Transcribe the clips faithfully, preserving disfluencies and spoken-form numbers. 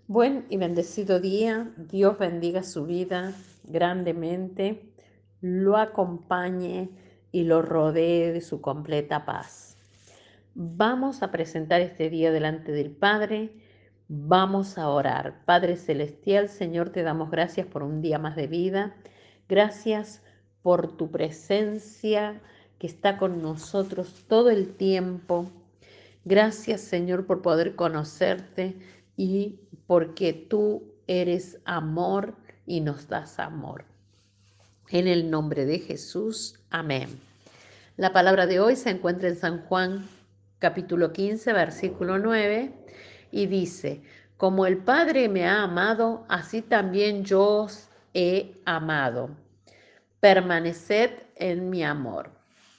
Buen y bendecido día. Dios bendiga su vida grandemente, lo acompañe y lo rodee de su completa paz. Vamos a presentar este día delante del Padre. Vamos a orar. Padre Celestial, Señor, te damos gracias por un día más de vida. Gracias por tu presencia que está con nosotros todo el tiempo. Gracias, Señor, por poder conocerte y porque tú eres amor y nos das amor. En el nombre de Jesús, amén. La palabra de hoy se encuentra en San Juan, capítulo quince, versículo nueve, y dice: como el Padre me ha amado, así también yo os he amado. Permaneced en mi amor.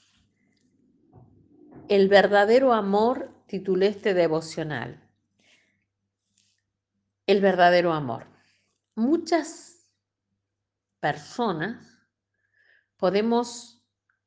El verdadero amor, titulé este devocional. El verdadero amor. Muchas personas podemos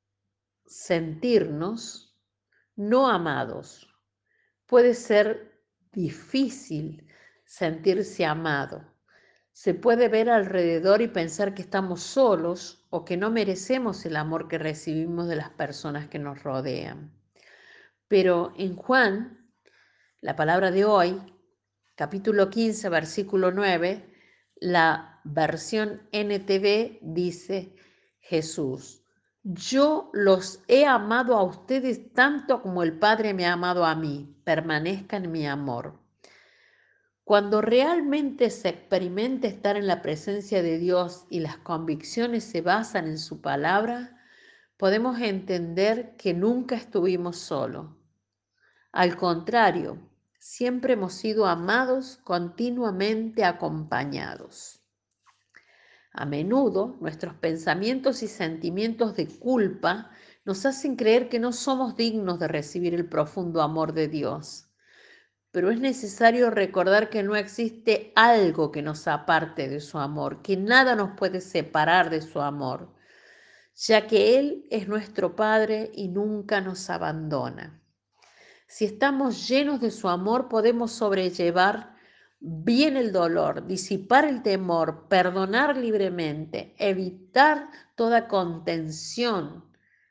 sentirnos no amados. Puede ser difícil sentirse amado. Se puede ver alrededor y pensar que estamos solos o que no merecemos el amor que recibimos de las personas que nos rodean. Pero en Juan, la palabra de hoy, capítulo quince, versículo nueve, la versión N T V dice: Jesús, yo los he amado a ustedes tanto como el Padre me ha amado a mí. Permanezca en mi amor. Cuando realmente se experimenta estar en la presencia de Dios y las convicciones se basan en su palabra, podemos entender que nunca estuvimos solos. Al contrario, siempre hemos sido amados, continuamente acompañados. A menudo, nuestros pensamientos y sentimientos de culpa nos hacen creer que no somos dignos de recibir el profundo amor de Dios. Pero es necesario recordar que no existe algo que nos aparte de su amor, que nada nos puede separar de su amor, ya que Él es nuestro Padre y nunca nos abandona. Si estamos llenos de su amor, podemos sobrellevar bien el dolor, disipar el temor, perdonar libremente, evitar toda contención,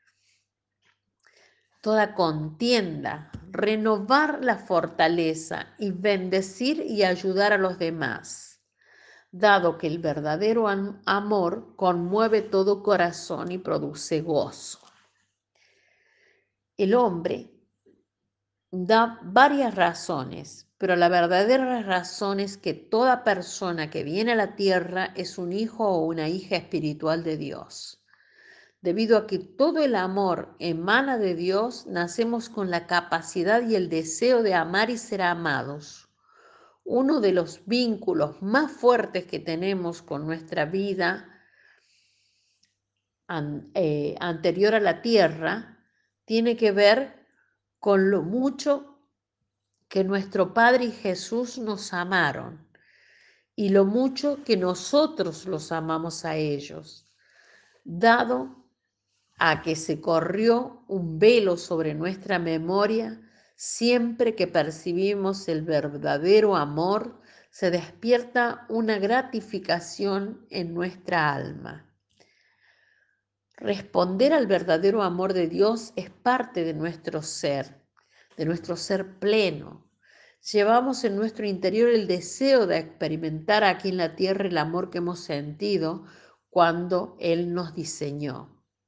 toda contienda, renovar la fortaleza y bendecir y ayudar a los demás, dado que el verdadero amor conmueve todo corazón y produce gozo. El hombre da varias razones, pero la verdadera razón es que toda persona que viene a la tierra es un hijo o una hija espiritual de Dios. Debido a que todo el amor emana de Dios, nacemos con la capacidad y el deseo de amar y ser amados. Uno de los vínculos más fuertes que tenemos con nuestra vida an, eh, anterior a la tierra tiene que ver con lo mucho que nuestro Padre y Jesús nos amaron y lo mucho que nosotros los amamos a ellos, dado a que se corrió un velo sobre nuestra memoria. Siempre que percibimos el verdadero amor, se despierta una gratificación en nuestra alma. Responder al verdadero amor de Dios es parte de nuestro ser, de nuestro ser pleno. Llevamos en nuestro interior el deseo de experimentar aquí en la tierra el amor que hemos sentido cuando Él nos diseñó.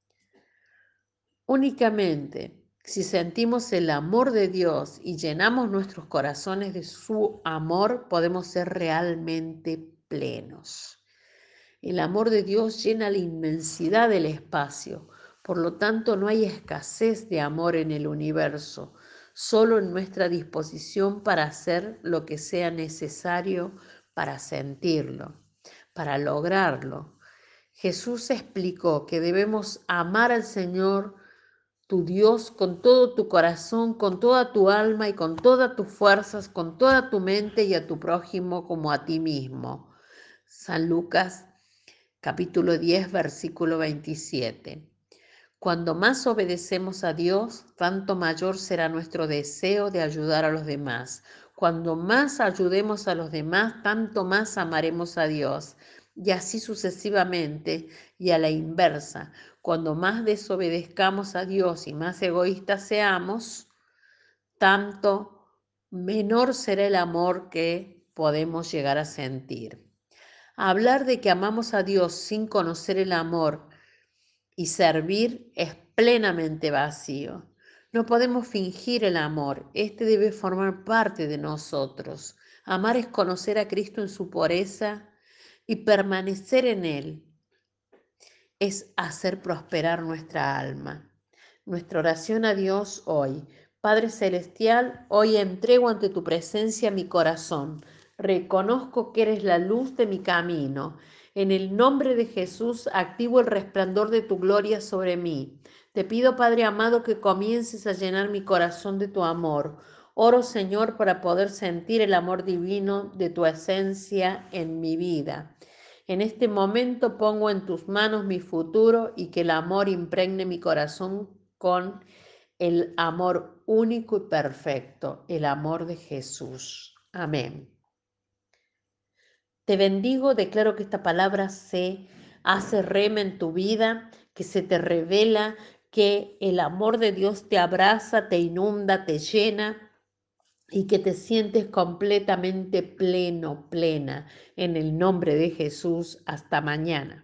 Únicamente si sentimos el amor de Dios y llenamos nuestros corazones de su amor, podemos ser realmente plenos. El amor de Dios llena la inmensidad del espacio, por lo tanto no hay escasez de amor en el universo, solo en nuestra disposición para hacer lo que sea necesario para sentirlo, para lograrlo. Jesús explicó que debemos amar al Señor tu Dios con todo tu corazón, con toda tu alma y con todas tus fuerzas, con toda tu mente, y a tu prójimo como a ti mismo. San Lucas capítulo diez, versículo veintisiete. Cuando más obedecemos a Dios, tanto mayor será nuestro deseo de ayudar a los demás. Cuando más ayudemos a los demás, tanto más amaremos a Dios. Y así sucesivamente, y a la inversa. Cuando más desobedezcamos a Dios y más egoístas seamos, tanto menor será el amor que podemos llegar a sentir. Hablar de que amamos a Dios sin conocer el amor y servir es plenamente vacío. No podemos fingir el amor, este debe formar parte de nosotros. Amar es conocer a Cristo en su pureza y permanecer en Él es hacer prosperar nuestra alma. Nuestra oración a Dios hoy. Padre Celestial, hoy entrego ante tu presencia mi corazón. Reconozco que eres la luz de mi camino. En el nombre de Jesús, activo el resplandor de tu gloria sobre mí. Te pido, Padre amado, que comiences a llenar mi corazón de tu amor. Oro, Señor, para poder sentir el amor divino de tu esencia en mi vida. En este momento pongo en tus manos mi futuro y que el amor impregne mi corazón con el amor único y perfecto, el amor de Jesús. Amén. Te bendigo, declaro que esta palabra se hace rema en tu vida, que se te revela, que el amor de Dios te abraza, te inunda, te llena y que te sientes completamente pleno, plena. En el nombre de Jesús, hasta mañana.